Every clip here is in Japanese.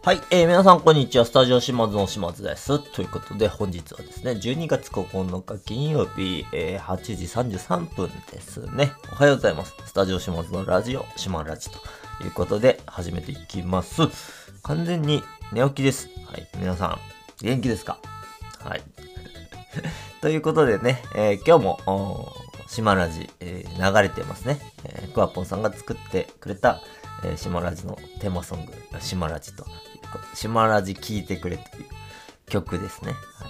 はい、皆さんこんにちは。スタジオ島津の島津です。ということで、本日はですね、12月9日金曜日、8時33分ですね。おはようございます。スタジオ島津のラジオ、島ラジということで、始めていきます。完全に寝起きです。はい、皆さん、元気ですか？はい。ということでね、今日も、島ラジ、流れてますね。クワポンさんが作ってくれた、島ラジのテーマソング、島ラジと、島ラジ聴いてくれという曲ですね。はい。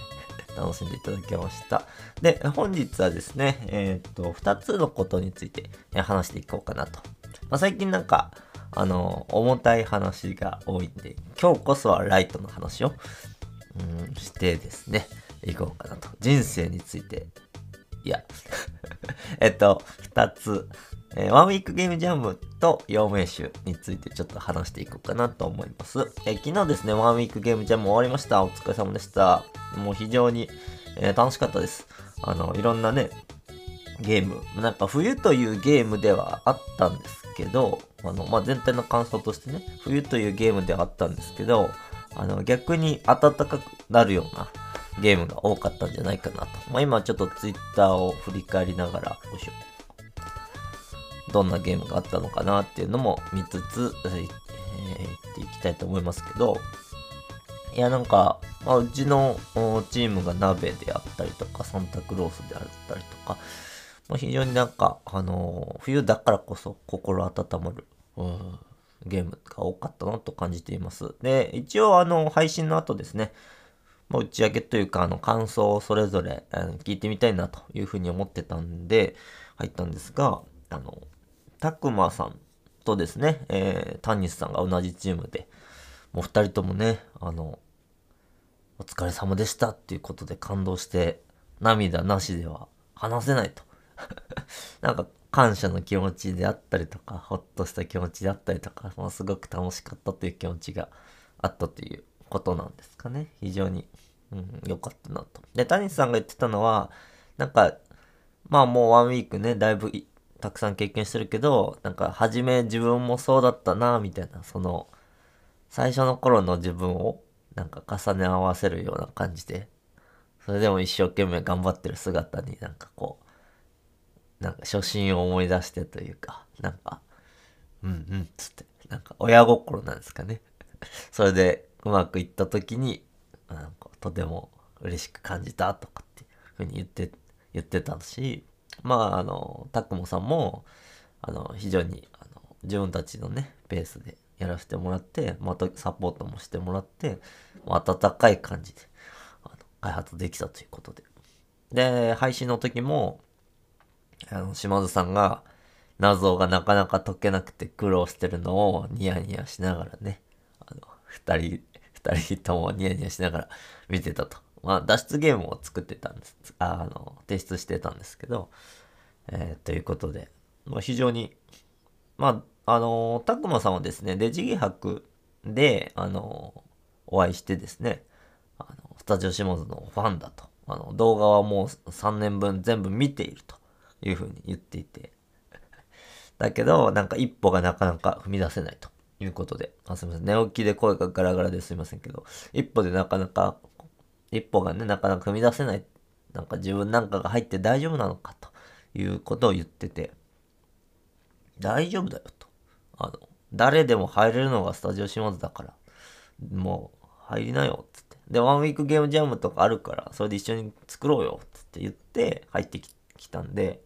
楽しんでいただきました。で、本日はですね、2つのことについて話していこうかなと。最近なんか、重たい話が多いんで、今日こそはライトの話を、してですね、いこうかなと。人生について、いや、二つ、ワンウィークゲームジャムと陽明酒についてちょっと話していこうかなと思います。昨日ですね、ワンウィークゲームジャム終わりました。お疲れ様でした。もう非常に、楽しかったです。いろんなね、ゲーム。なんか冬というゲームではあったんですけど、全体の感想としてね、冬というゲームではあったんですけど、逆に暖かくなるようなゲームが多かったんじゃないかなと。今ちょっとツイッターを振り返りながら、よいしょ。どんなゲームがあったのかなっていうのも見つつ、言っていきたいと思いますけど、いやなんか、うちのチームが鍋であったりとか、サンタクロースであったりとか、非常になんか、冬だからこそ心温まる、ゲームが多かったなと感じています。で、一応配信の後ですね、打ち上げというか、感想をそれぞれ、聞いてみたいなというふうに思ってたんで、入ったんですが、たくまさんとですね、タニスさんが同じチームで、もう二人ともね、お疲れ様でしたっていうことで感動して、涙なしでは話せないと。なんか感謝の気持ちであったりとか、ほっとした気持ちであったりとか、すごく楽しかったという気持ちがあったということなんですかね。非常に、良かったなと。で、谷さんが言ってたのは、なんか、もうワンウィークね、だいぶたくさん経験してるけど、なんか初め自分もそうだったな、みたいな、最初の頃の自分を、なんか重ね合わせるような感じで、それでも一生懸命頑張ってる姿になんかこう、なんか初心を思い出してというか、なんか、つって、なんか親心なんですかね。それでうまくいった時に、なんかとても嬉しく感じたとかっていうふうに言ってたし、たくもさんも、非常に、自分たちのね、ペースでやらせてもらって、またサポートもしてもらって、温かい感じで、開発できたということで。で、配信の時も、島津さんが、謎がなかなか解けなくて苦労してるのをニヤニヤしながらね、二人ともニヤニヤしながら見てたと。脱出ゲームを作ってたんです。提出してたんですけど、ということで、非常に、たくまさんはですね、デジギ博で、お会いしてですね、スタジオシモズのファンだと。動画はもう3年分全部見ているというふうに言っていて、だけど、なんか一歩がなかなか踏み出せないということで。すみません。寝起きで声がガラガラですいませんけど、一歩がね、なかなか踏み出せない。なんか自分なんかが入って大丈夫なのかということを言ってて、大丈夫だよと。誰でも入れるのがスタジオ島津だから、もう入りなよ、つって。で、ワンウィークゲームジャムとかあるから、それで一緒に作ろうよ、つって言って入ってきたんで、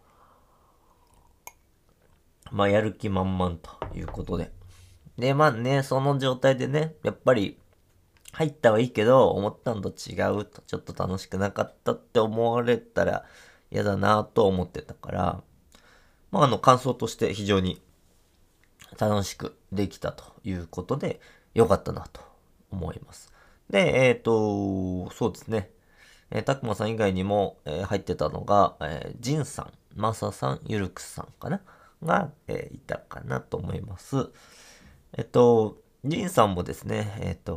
やる気満々ということで。で、その状態でね、やっぱり、入ったはいいけど、思ったのと違うと、ちょっと楽しくなかったって思われたら嫌だなと思ってたから、感想として非常に楽しくできたということで、良かったなと思います。で、そうですね。たくまさん以外にも、入ってたのが、ジンさん、マサさん、ゆるくさんかなが、いたかなと思います。ジンさんもですね、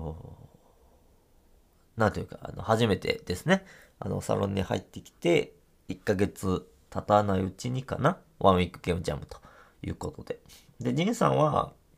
なんというか、初めてですね、サロンに入ってきて、1ヶ月経たないうちにかな、ワンウィークゲームジャムということで。で、ジンさんは、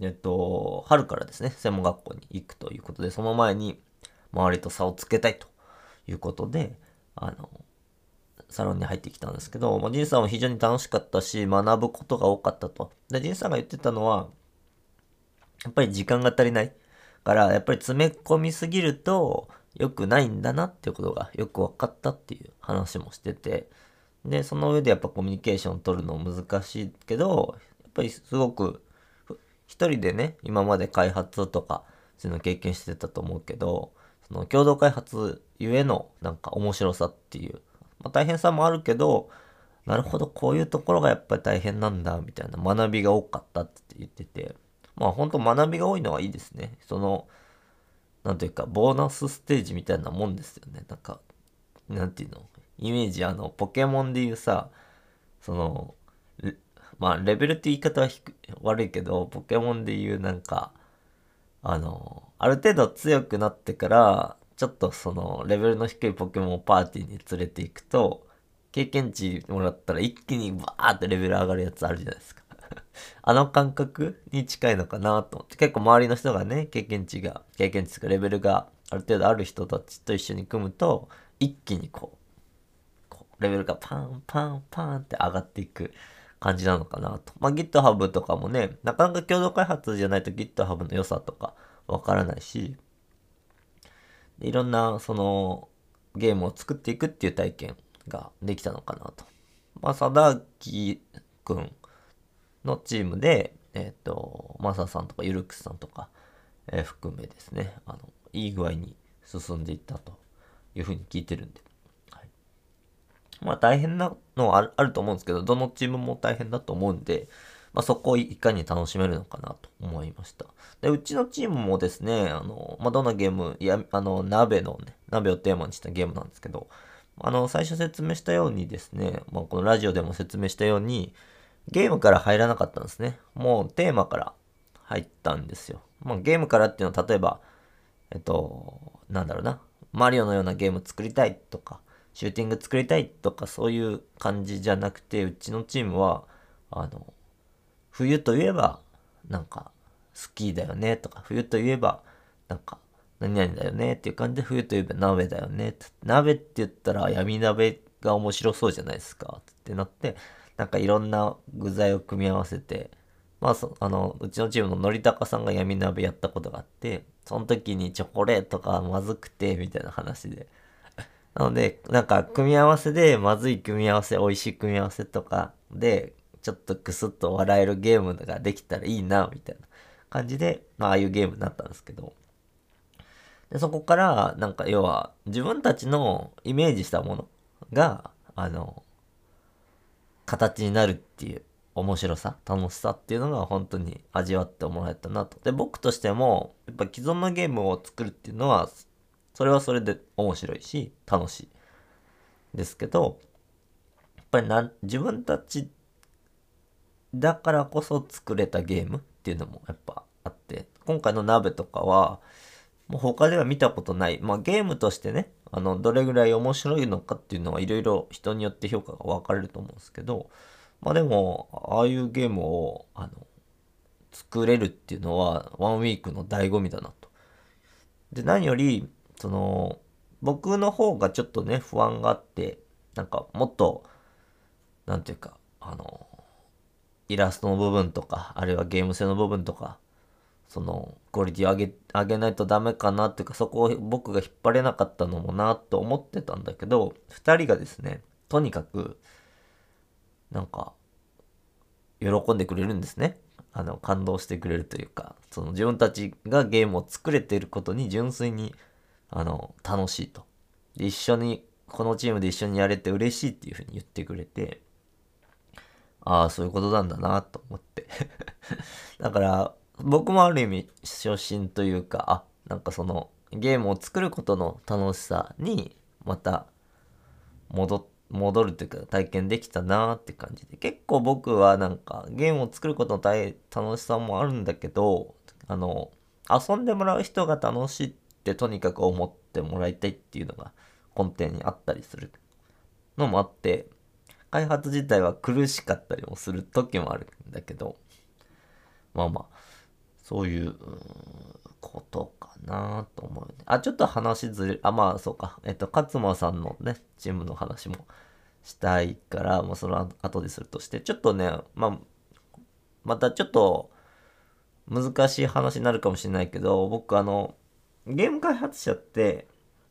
春からですね、専門学校に行くということで、その前に周りと差をつけたいということで、サロンに入ってきたんですけど、ジンさんは非常に楽しかったし、学ぶことが多かったと。で、ジンさんが言ってたのは、やっぱり時間が足りないから、やっぱり詰め込みすぎると良くないんだなっていうことがよく分かったっていう話もしてて、で、その上でやっぱコミュニケーション取るの難しいけど、やっぱりすごく、一人でね、今まで開発とか、そういうの経験してたと思うけど、その共同開発ゆえのなんか面白さっていう、大変さもあるけど、なるほど、こういうところがやっぱり大変なんだ、みたいな学びが多かったって言ってて、本当学びが多いのはいいですね。なんというか、ボーナスステージみたいなもんですよね。なんか、なんていうのイメージ、ポケモンで言うさ、その、レレベルって言い方は悪いけど、ポケモンで言うなんか、ある程度強くなってから、ちょっとレベルの低いポケモンをパーティーに連れて行くと、経験値もらったら一気にバーってレベル上がるやつあるじゃないですか。あの感覚に近いのかなと思って、結構周りの人がね、経験値とかレベルがある程度ある人たちと一緒に組むと、一気にレベルがパンパンパンって上がっていく感じなのかなと。GitHub とかもね、なかなか共同開発じゃないと GitHub の良さとかわからないし、いろんなゲームを作っていくっていう体験ができたのかなと。佐田明くんのチームで、マサさんとかユルクスさんとか、含めですね、いい具合に進んでいったというふうに聞いてるんで。大変なのはあると思うんですけど、どのチームも大変だと思うんで、そこをいかに楽しめるのかなと思いました。で、うちのチームもですね、どんなゲーム、鍋をテーマにしたゲームなんですけど、最初説明したようにですね、このラジオでも説明したように、ゲームから入らなかったんですね。もうテーマから入ったんですよ。ゲームからっていうのは、例えば、なんだろうな、マリオのようなゲーム作りたいとか、シューティング作りたいとかそういう感じじゃなくて、うちのチームは、冬といえば、なんか、スキーだよねとか、冬といえば、なんか、何々だよねっていう感じで、冬といえば鍋だよね。鍋って言ったら闇鍋が面白そうじゃないですかってなって、なんかいろんな具材を組み合わせて、うちのチームののりたかさんが闇鍋やったことがあって、その時にチョコレートがまずくて、みたいな話で、なので、なんか、組み合わせで、まずい組み合わせ、美味しい組み合わせとかで、ちょっとクスッと笑えるゲームができたらいいな、みたいな感じで、ああいうゲームになったんですけど。で、そこから、なんか、要は、自分たちのイメージしたものが、形になるっていう面白さ、楽しさっていうのが本当に味わってもらえたなと。で、僕としても、やっぱ既存のゲームを作るっていうのは、それはそれで面白いし、楽しい。ですけど、やっぱり自分たちだからこそ作れたゲームっていうのもやっぱあって、今回の鍋とかは、もう他では見たことない、ゲームとしてね、どれぐらい面白いのかっていうのはいろいろ人によって評価が分かれると思うんですけど、でも、ああいうゲームを、作れるっていうのは、ワンウィークの醍醐味だなと。で、何より、僕の方がちょっとね、不安があって、なんか、もっと、なんていうか、イラストの部分とか、あるいはゲーム性の部分とか、クオリティを上げないとダメかなっていうか、そこを僕が引っ張れなかったのもなと思ってたんだけど、二人がですね、とにかく、なんか、喜んでくれるんですね。感動してくれるというか、自分たちがゲームを作れていることに純粋に、楽しいと。で、このチームで一緒にやれて嬉しいっていうふうに言ってくれて、ああ、そういうことなんだなと思ってだから、僕もある意味、初心というか、なんかゲームを作ることの楽しさに、また、戻るというか、体験できたなって感じで。結構僕はなんか、ゲームを作ることの楽しさもあるんだけど、遊んでもらう人が楽しいってとにかく思ってもらいたいっていうのが根底にあったりするのもあって、開発自体は苦しかったりもする時もあるんだけど、まあまあ、 そういう、ことかなと思う。あ、ちょっと話ずれ、あ、まあそうか。勝間さんのね、チームの話もしたいから、もうその後でするとして、ちょっとね、またちょっと難しい話になるかもしれないけど、僕ゲーム開発者って、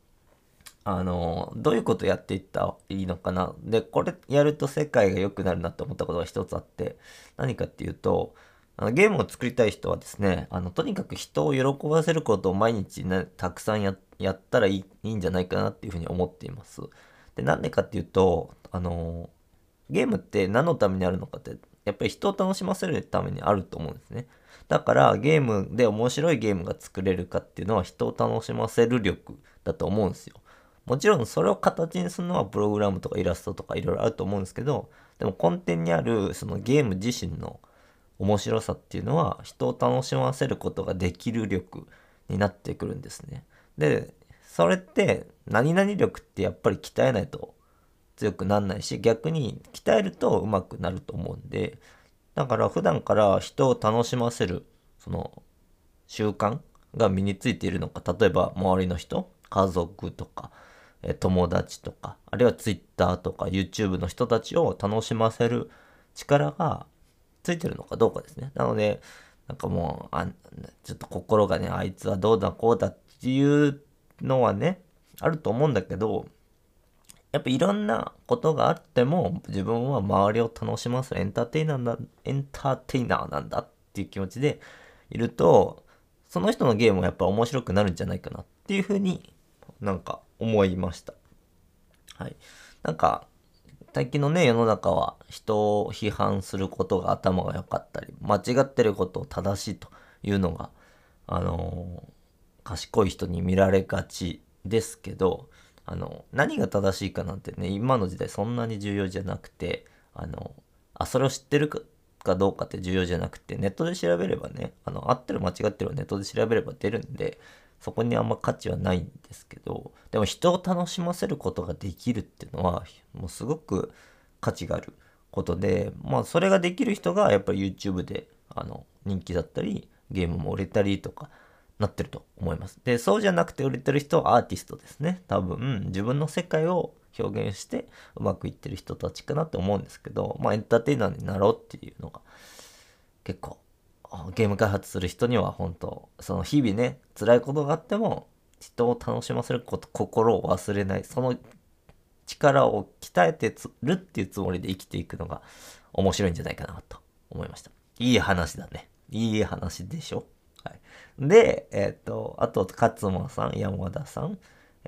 どういうことやっていったらいいのかな。で、これやると世界が良くなるなって思ったことが一つあって、何かっていうと、ゲームを作りたい人はですね、とにかく人を喜ばせることを毎日ね、たくさんやったらいいんじゃないかなっていうふうに思っています。で、なんでかっていうと、ゲームって何のためにあるのかって、やっぱり人を楽しませるためにあると思うんですね。だからゲームで面白いゲームが作れるかっていうのは人を楽しませる力だと思うんですよ。もちろんそれを形にするのはプログラムとかイラストとかいろいろあると思うんですけど、でも根底にあるそのゲーム自身の面白さっていうのは人を楽しませることができる力になってくるんですね。で、それって何々力ってやっぱり鍛えないと強くなんないし、逆に鍛えると上手くなると思うんで、だから普段から人を楽しませるその習慣が身についているのか、例えば周りの人、家族とか、友達とか、あるいは Twitter とか YouTube の人たちを楽しませる力がついてるのかどうかですね。なので、なんかもう、ちょっと心がね、あいつはどうだこうだっていうのはね、あると思うんだけど、やっぱいろんなことがあっても、自分は周りを楽しますエンターテイナーなんだっていう気持ちでいると、その人のゲームもやっぱ面白くなるんじゃないかなっていうふうになんか思いました。はい。なんか、最近のね、世の中は人を批判することが頭が良かったり、間違ってることを正しいというのが、あの賢い人に見られがちですけど、何が正しいかなんてね、今の時代そんなに重要じゃなくて、それを知ってるかどうかって重要じゃなくて、ネットで調べればね、合ってる間違ってるをネットで調べれば出るんで、そこにあんま価値はないんですけど、でも人を楽しませることができるっていうのは、もうすごく価値があることで、まあそれができる人がやっぱり YouTube で、人気だったり、ゲームも売れたりとか、なってると思います。で、そうじゃなくて売れてる人はアーティストですね。多分、自分の世界を表現してうまくいってる人たちかなって思うんですけど、まあエンターテイナーになろうっていうのが結構ゲーム開発する人には本当その日々ね、辛いことがあっても人を楽しませること、心を忘れない、その力を鍛えてるっていうつもりで生きていくのが面白いんじゃないかなと思いました。いい話だね。いい話でしょ。はい。で、あと、勝間さん、山田さん、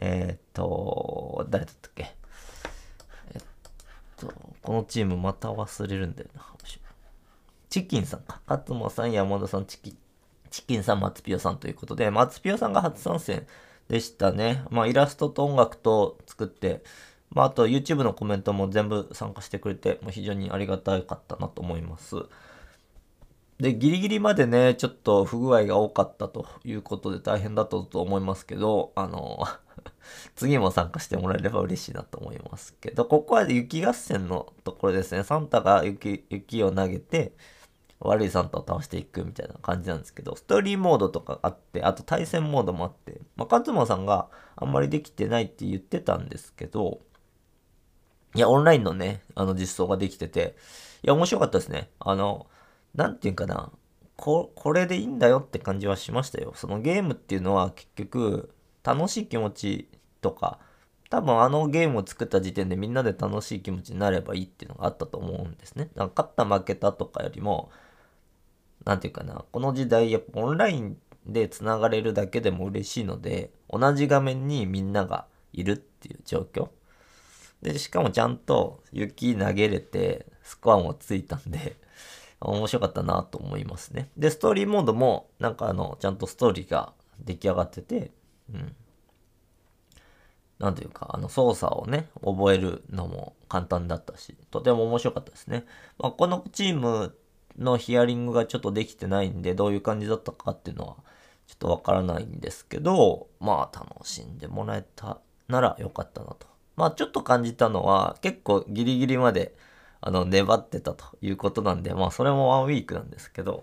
誰だったっけ。えっこのチームまた忘れるんだよな。チキンさんか。勝間さん、山田さん、チキンさん、松ピオさんということで、松ピオさんが初参戦でしたね。まあ、イラストと音楽と作って、まあ、あと YouTube のコメントも全部参加してくれて、もう非常にありがたかったなと思います。で、ギリギリまでね、ちょっと不具合が多かったということで大変だったと思いますけど、次も参加してもらえれば嬉しいなと思いますけど、ここは雪合戦のところですね。サンタが雪を投げて、悪いサンタを倒していくみたいな感じなんですけど、ストーリーモードとかあって、あと対戦モードもあって、まあ、勝間さんがあんまりできてないって言ってたんですけど、いや、オンラインのね、実装ができてて、いや、面白かったですね。なんていうかな、これでいいんだよって感じはしましたよ。そのゲームっていうのは結局、楽しい気持ちとか、多分あのゲームを作った時点でみんなで楽しい気持ちになればいいっていうのがあったと思うんですね。だから勝った負けたとかよりも、なんていうかな、この時代やっぱオンラインで繋がれるだけでも嬉しいので、同じ画面にみんながいるっていう状況。で、しかもちゃんと雪投げれて、スコアもついたんで、面白かったなと思いますね。で、ストーリーモードも、なんかちゃんとストーリーが出来上がってて、うん。なんていうか、操作をね、覚えるのも簡単だったし、とても面白かったですね。まあ、このチームのヒアリングがちょっとできてないんで、どういう感じだったかっていうのは、ちょっとわからないんですけど、まあ、楽しんでもらえたならよかったなと。まあ、ちょっと感じたのは、結構ギリギリまで、粘ってたということなんで、まあ、それもワンウィークなんですけど、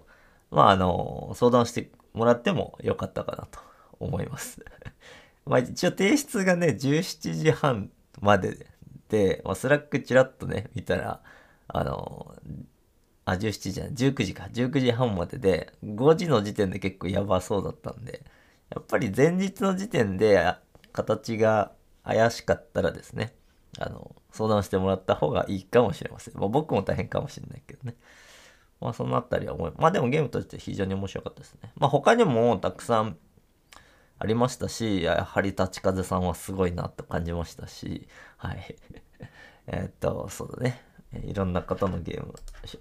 相談してもらってもよかったかなと思います。一応提出がね、17時半までで、スラックチラッとね、見たら、17時じゃない、19時か、19時半までで、5時の時点で結構やばそうだったんで、やっぱり前日の時点で形が怪しかったらですね、相談してもらった方がいいかもしれません。僕も大変かもしれないけどね。そのあたりはでもゲームとして非常に面白かったですね。他にもたくさんありましたし、やはり立風さんはすごいなと感じましたし、はい。そうだね。いろんな方のゲーム、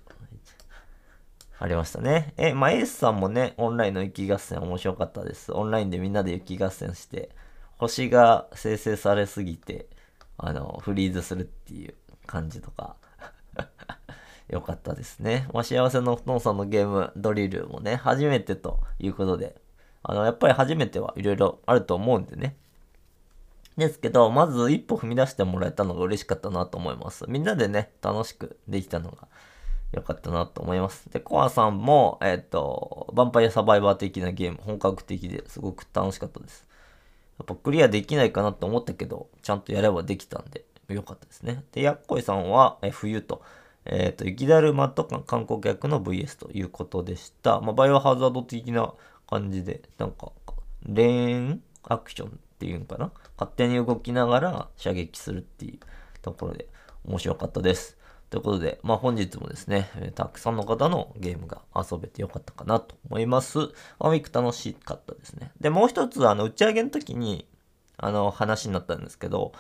ありましたね。エースさんもね、オンラインの雪合戦面白かったです。オンラインでみんなで雪合戦して、星が生成されすぎて、フリーズするっていう感じとか、よかったですね。幸せのお父さんのゲーム、ドリルもね、初めてということで、やっぱり初めてはいろいろあると思うんでね。ですけど、まず一歩踏み出してもらえたのが嬉しかったなと思います。みんなでね、楽しくできたのが良かったなと思います。で、コアさんも、ヴァンパイアサバイバー的なゲーム、本格的ですごく楽しかったです。やっぱクリアできないかなと思ったけど、ちゃんとやればできたんで、良かったですね。で、やっこいさんは、冬と、雪だるまと観光客の VS ということでした。バイオハザード的な感じで、なんか、レーンアクションっていうのかな、勝手に動きながら射撃するっていうところで面白かったです。ということで、本日もですね、たくさんの方のゲームが遊べてよかったかなと思います。ウィーク楽しかったですね。で、もう一つ、打ち上げの時に、話になったんですけど、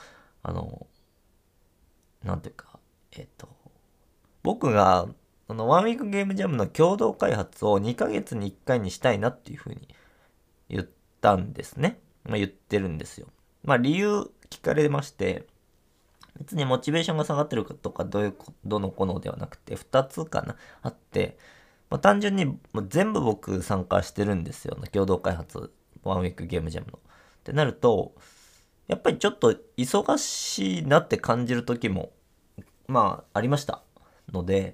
なんていうか、僕が、ワンウィークゲームジャムの共同開発を2ヶ月に1回にしたいなっていうふうに言ったんですね。言ってるんですよ。理由聞かれまして、別にモチベーションが下がってるかとか、どのこのではなくて、2つかな、あって、単純に全部僕参加してるんですよ。共同開発、ワンウィークゲームジャムの。ってなると、やっぱりちょっと忙しいなって感じる時も、ありましたので、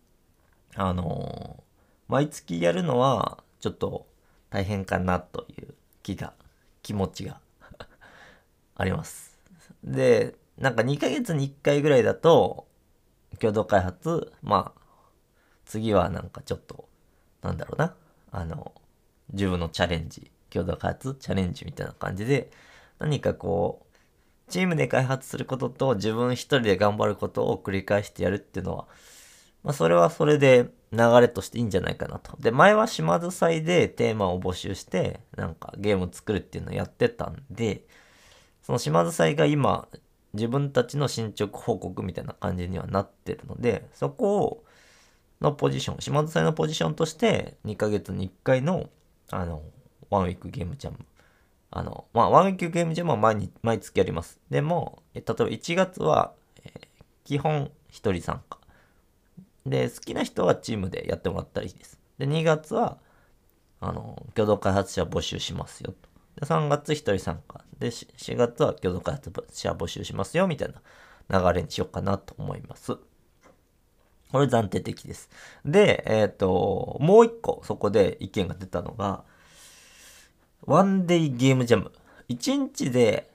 毎月やるのは、ちょっと大変かなという気持ちがあります。で、なんか2ヶ月に1回ぐらいだと、共同開発、次はなんかちょっと、なんだろうな、自分のチャレンジ、共同開発チャレンジみたいな感じで、何かこう、チームで開発することと自分一人で頑張ることを繰り返してやるっていうのは、それはそれで流れとしていいんじゃないかなと。で、前は島津祭でテーマを募集して、なんかゲームを作るっていうのをやってたんで、その島津祭が今、自分たちの進捗報告みたいな感じにはなってるので、そこを、のポジション、島津祭のポジションとして、2ヶ月に1回の、ワンウィークゲームジャム。ワンウィークゲームジャムは毎月やります。でも、例えば1月は、基本1人参加。で、好きな人はチームでやってもらったらいいです。で、2月は、共同開発者募集しますよと。で、3月1人参加。で、4月は共同開発者募集しますよ、みたいな流れにしようかなと思います。これ暫定的です。で、もう一個そこで意見が出たのが、ワンデイゲームジャム。1日で、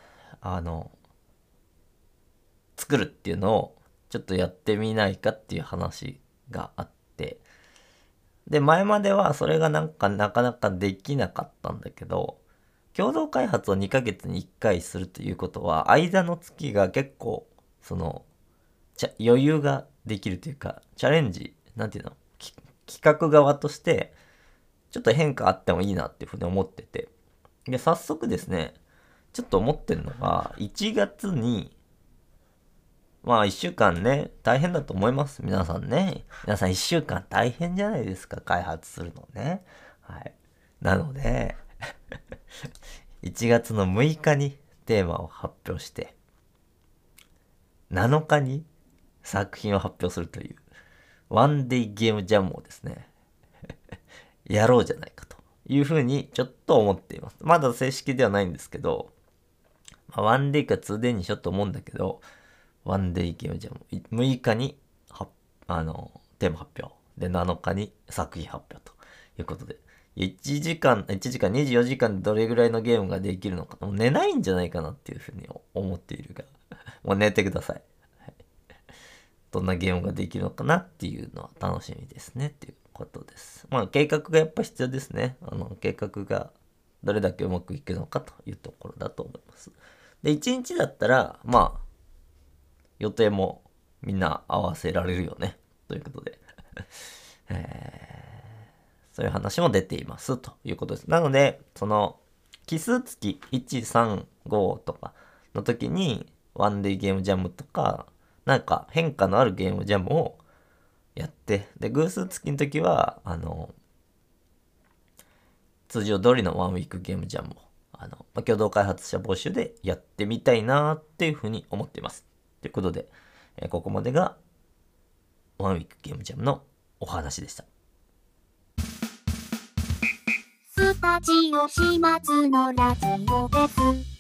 作るっていうのをちょっとやってみないかっていう話があって、で、前まではそれがなかなかできなかったんだけど、共同開発を2ヶ月に1回するということは、間の月が結構、余裕ができるというか、チャレンジ、なんていうの、企画側として、ちょっと変化あってもいいなっていうふうに思ってて。で、早速ですね、ちょっと思ってるのが、1月に、1週間ね、大変だと思います。皆さんね。皆さん1週間大変じゃないですか、開発するのね。はい。なので、1月の6日にテーマを発表して、7日に作品を発表するという、ワンデイゲームジャムをですね、やろうじゃないかというふうにちょっと思っています。まだ正式ではないんですけど、ワンデイかツーデイにしようと思うんだけど、ワンデイゲームジャム、6日にテーマ発表。で、7日に作品発表ということで。1時間24時間でどれぐらいのゲームができるのか。もう寝ないんじゃないかなっていうふうに思っているが。もう寝てください。はい、どんなゲームができるのかなっていうのは楽しみですねっていうことです。まあ計画がやっぱ必要ですね。計画がどれだけうまくいくのかというところだと思います。で、1日だったら、まあ、予定もみんな合わせられるよね。ということで。そういう話も出ていますということです。なので、奇数月1、3、5とかの時に、ワンデーゲームジャムとか、なんか変化のあるゲームジャムをやって、で、偶数月の時は、通常通りのワンウィークゲームジャムを、共同開発者募集でやってみたいなっていうふうに思っています。ということで、ここまでがワンウィークゲームジャムのお話でした。 スタジオ島津のラジオです。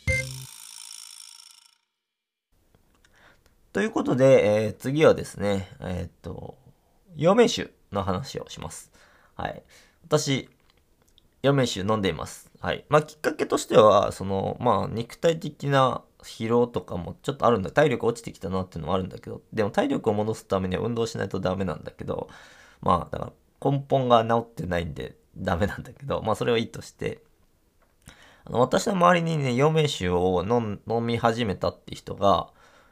ということで、次はですね、陽明酒の話をします。はい。私、陽明酒飲んでいます。はい。まあ、きっかけとしては、肉体的な疲労とかもちょっとあるんだ。体力落ちてきたなっていうのもあるんだけど、でも体力を戻すためには運動しないとダメなんだけど、まあ、だから根本が治ってないんでダメなんだけど、まあ、それはいいとして、私の周りにね、陽明酒を飲み始めたって人が、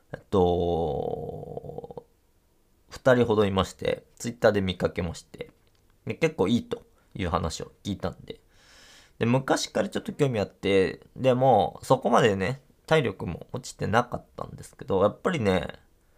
二人ほどいまして、ツイッターで見かけまして、で結構いいという話を聞いたんで、昔からちょっと興味あって、でも、そこまでね、体力も落ちてなかったんですけど、やっぱりね、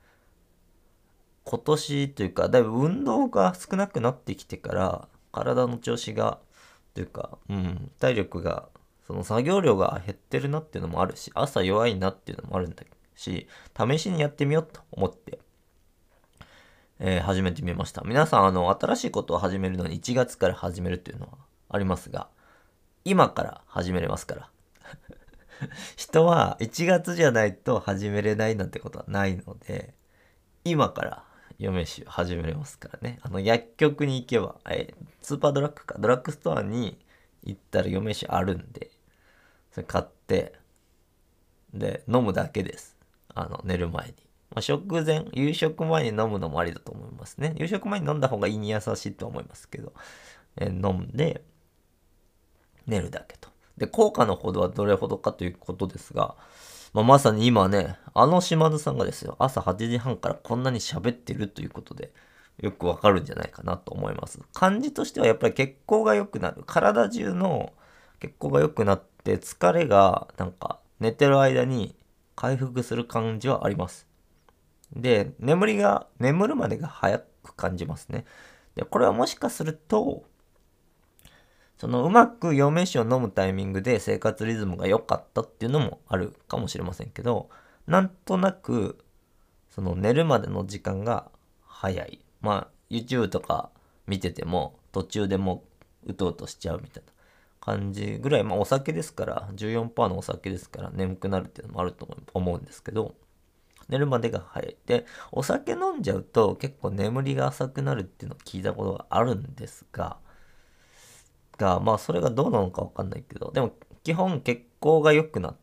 今年というか、だいぶ運動が少なくなってきてから、体の調子が、というか、体力が、その作業量が減ってるなっていうのもあるし、朝弱いなっていうのもあるんだし、試しにやってみようと思って、始めてみました。皆さん、新しいことを始めるのに1月から始めるっていうのはありますが、今から始めれますから。人は1月じゃないと始めれないなんてことはないので、今から嫁酒始めれますからね。薬局に行けば、スーパードラッグか、ドラッグストアに行ったら嫁酒あるんで、それ買って、で、飲むだけです。寝る前に。食前、夕食前に飲むのもありだと思いますね。夕食前に飲んだ方が胃に優しいと思いますけど、飲んで、寝るだけと。で、効果のほどはどれほどかということですが、まさに今ね、島津さんがですよ、朝8時半からこんなに喋ってるということで、よくわかるんじゃないかなと思います。感じとしてはやっぱり血行が良くなる。体中の血行が良くなって、疲れがなんか寝てる間に回復する感じはあります。で、眠るまでが早く感じますね。で、これはもしかすると、うまく陽明酒を飲むタイミングで生活リズムが良かったっていうのもあるかもしれませんけど、なんとなく、寝るまでの時間が早い。YouTube とか見てても、途中でもうとうとしちゃうみたいな感じぐらい、お酒ですから、14%のお酒ですから眠くなるっていうのもあると思うんですけど、寝るまでが早い。で、お酒飲んじゃうと結構眠りが浅くなるっていうのを聞いたことがあるんですが、それがどうなのかわかんないけど、でも基本血行が良くなって、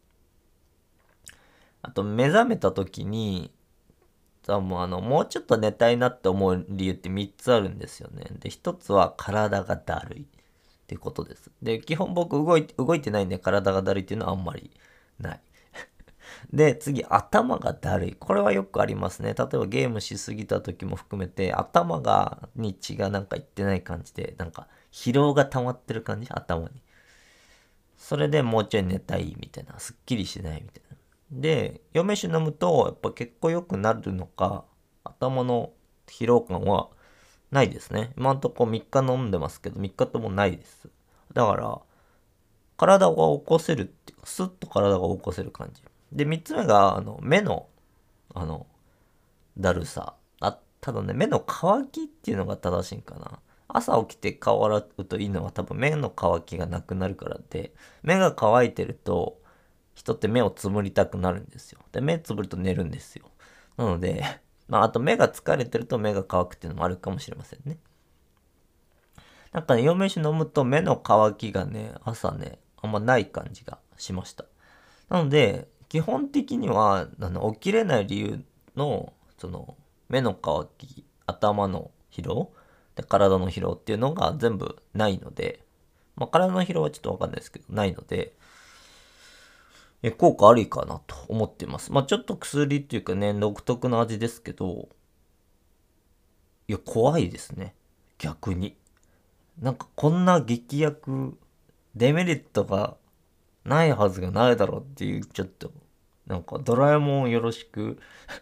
あと目覚めた時に、もうちょっと寝たいなって思う理由って3つあるんですよね。で、1つは体がだるいっていうことです。で、基本僕動いてないんで体がだるいっていうのはあんまりない。で、次、頭がだるい。これはよくありますね。例えばゲームしすぎた時も含めて、に血がなんかいってない感じで、なんか疲労が溜まってる感じ頭に。それでもうちょい寝たいみたいな。すっきりしないみたいな。で、梅酒飲むと、やっぱ結構良くなるのか、頭の疲労感はないですね。今んとこ3日飲んでますけど、3日ともないです。だから、体が起こせるっていうか、スッと体が起こせる感じ。で、3つ目が、目の、あの、だるさ。ただね、目の乾きっていうのが正しいんかな。朝起きて顔洗うといいのは多分目の乾きがなくなるからで、目が乾いてると、人って目をつむりたくなるんですよ。で、目つぶると寝るんですよ。なので、あと目が疲れてると目が乾くっていうのもあるかもしれませんね。 なんかね、陽明酒飲むと目の乾きがね、朝ね、あんまない感じがしました。なので、基本的には、起きれない理由の、目の乾き、頭の疲労、で、体の疲労っていうのが全部ないので、まあ、体の疲労はちょっとわかんないですけど、ないので、効果ありかなと思っています。まあ、ちょっと薬っていうかね、独特な味ですけど、いや、怖いですね。逆に。なんかこんな劇薬、デメリットがないはずがないだろうっていう、ちょっと、なんかドラえもんよろしく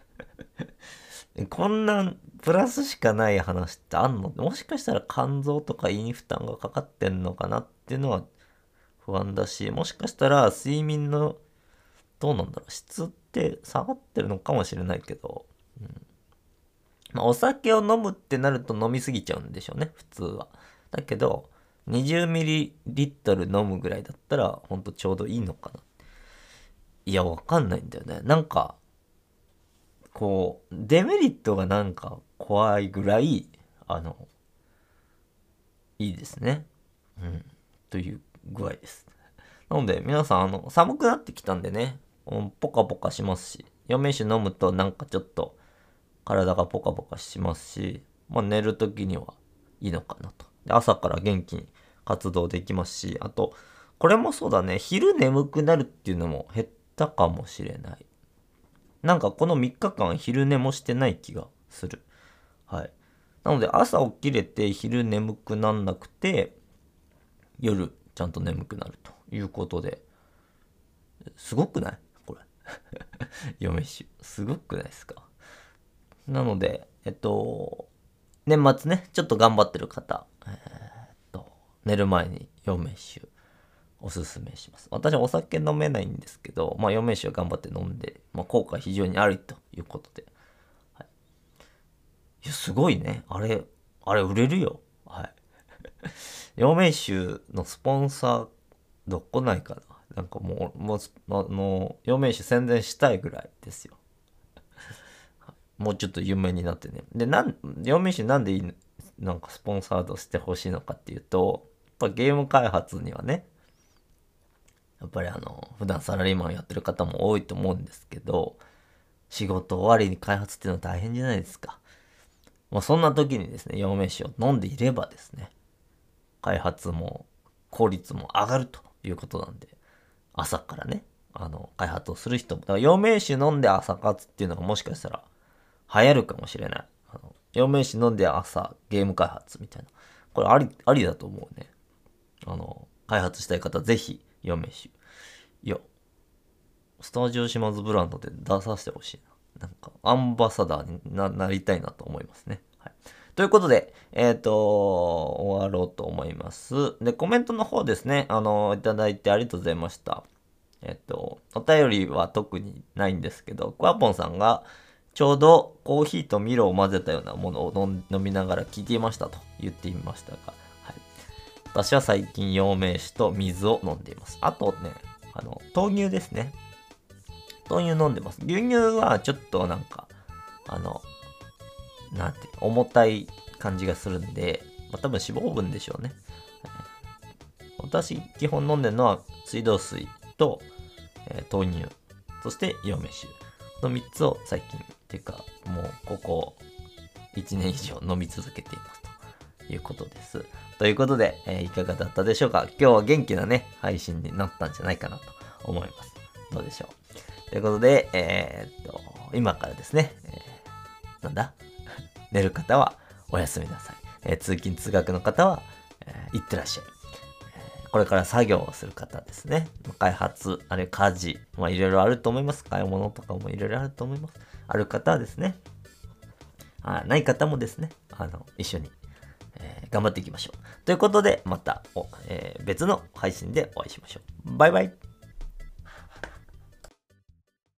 こんなプラスしかない話ってあんの？もしかしたら肝臓とか胃に負担がかかってんのかなっていうのは不安だし、もしかしたら睡眠の、どうなんだろう、質って下がってるのかもしれないけど、まあ、お酒を飲むってなると飲みすぎちゃうんでしょうね、普通は。だけど、20ml 飲むぐらいだったら、ほんとちょうどいいのかな。いや、わかんないんだよね。なんか、デメリットがなんか怖いぐらい、いいですね。という具合です。なので、皆さん、寒くなってきたんでね、ポカポカしますし、陽明酒飲むとなんかちょっと、体がポカポカしますし、まあ、寝るときにはいいのかなと。で、朝から元気に活動できますし、あと、これもそうだね、昼眠くなるっていうのも減ったかもしれない。なんかこの3日間昼寝もしてない気がする。はい。なので朝起きれて昼眠くなんなくて、夜ちゃんと眠くなるということで、すごくないこれ。陽明酒。すごくないですか？なので、年末ね、ちょっと頑張ってる方、寝る前に陽明酒おすすめします。私はお酒飲めないんですけど、まあ陽明酒を頑張って飲んで、まあ効果非常にありということで。はい、いや、すごいね。あれ売れるよ。はい。陽明酒のスポンサー、どこないかな。なんか陽明酒宣伝したいぐらいですよ。もうちょっと有名になってね。で、陽明酒なんでなんかスポンサードしてほしいのかっていうと、やっぱゲーム開発にはね、やっぱり普段サラリーマンやってる方も多いと思うんですけど、仕事終わりに開発っていうのは大変じゃないですか。まあそんな時にですね、陽明酒を飲んでいればですね、開発も効率も上がるということなんで、朝からね、開発をする人も、だから陽明酒飲んで朝活っていうのがもしかしたら流行るかもしれない。陽明酒飲んで朝ゲーム開発みたいな。これありだと思うね。開発したい方ぜひ陽明酒。いや、スタジオ島津ブランドで出させてほしいな。なんか、アンバサダーになりたいなと思いますね。はい。ということで、終わろうと思います。で、コメントの方ですね、いただいてありがとうございました。お便りは特にないんですけど、クワポンさんが、ちょうどコーヒーとミロを混ぜたようなものを飲みながら聞いていましたと言っていましたが、はい。私は最近陽明酒と水を飲んでいます。あとね、豆乳ですね。豆乳飲んでます。牛乳はちょっとなんか、重たい感じがするんで、まあ、多分脂肪分でしょうね。私、基本飲んでるのは水道水と、豆乳、そして陽明酒。この3つを最近、っていうか、もうここ1年以上飲み続けていますということです。ということで、いかがだったでしょうか？今日は元気なね、配信になったんじゃないかなと思います。どうでしょう？ということで、今からですね、寝る方はおやすみなさい。通勤通学の方は、いってらっしゃい。これから作業をする方ですね。開発、あるいは家事、まあいろいろあると思います。買い物とかもいろいろあると思います。ある方はですね、ない方もですね、一緒に、頑張っていきましょう。ということで、また、別の配信でお会いしましょう。バイバイ。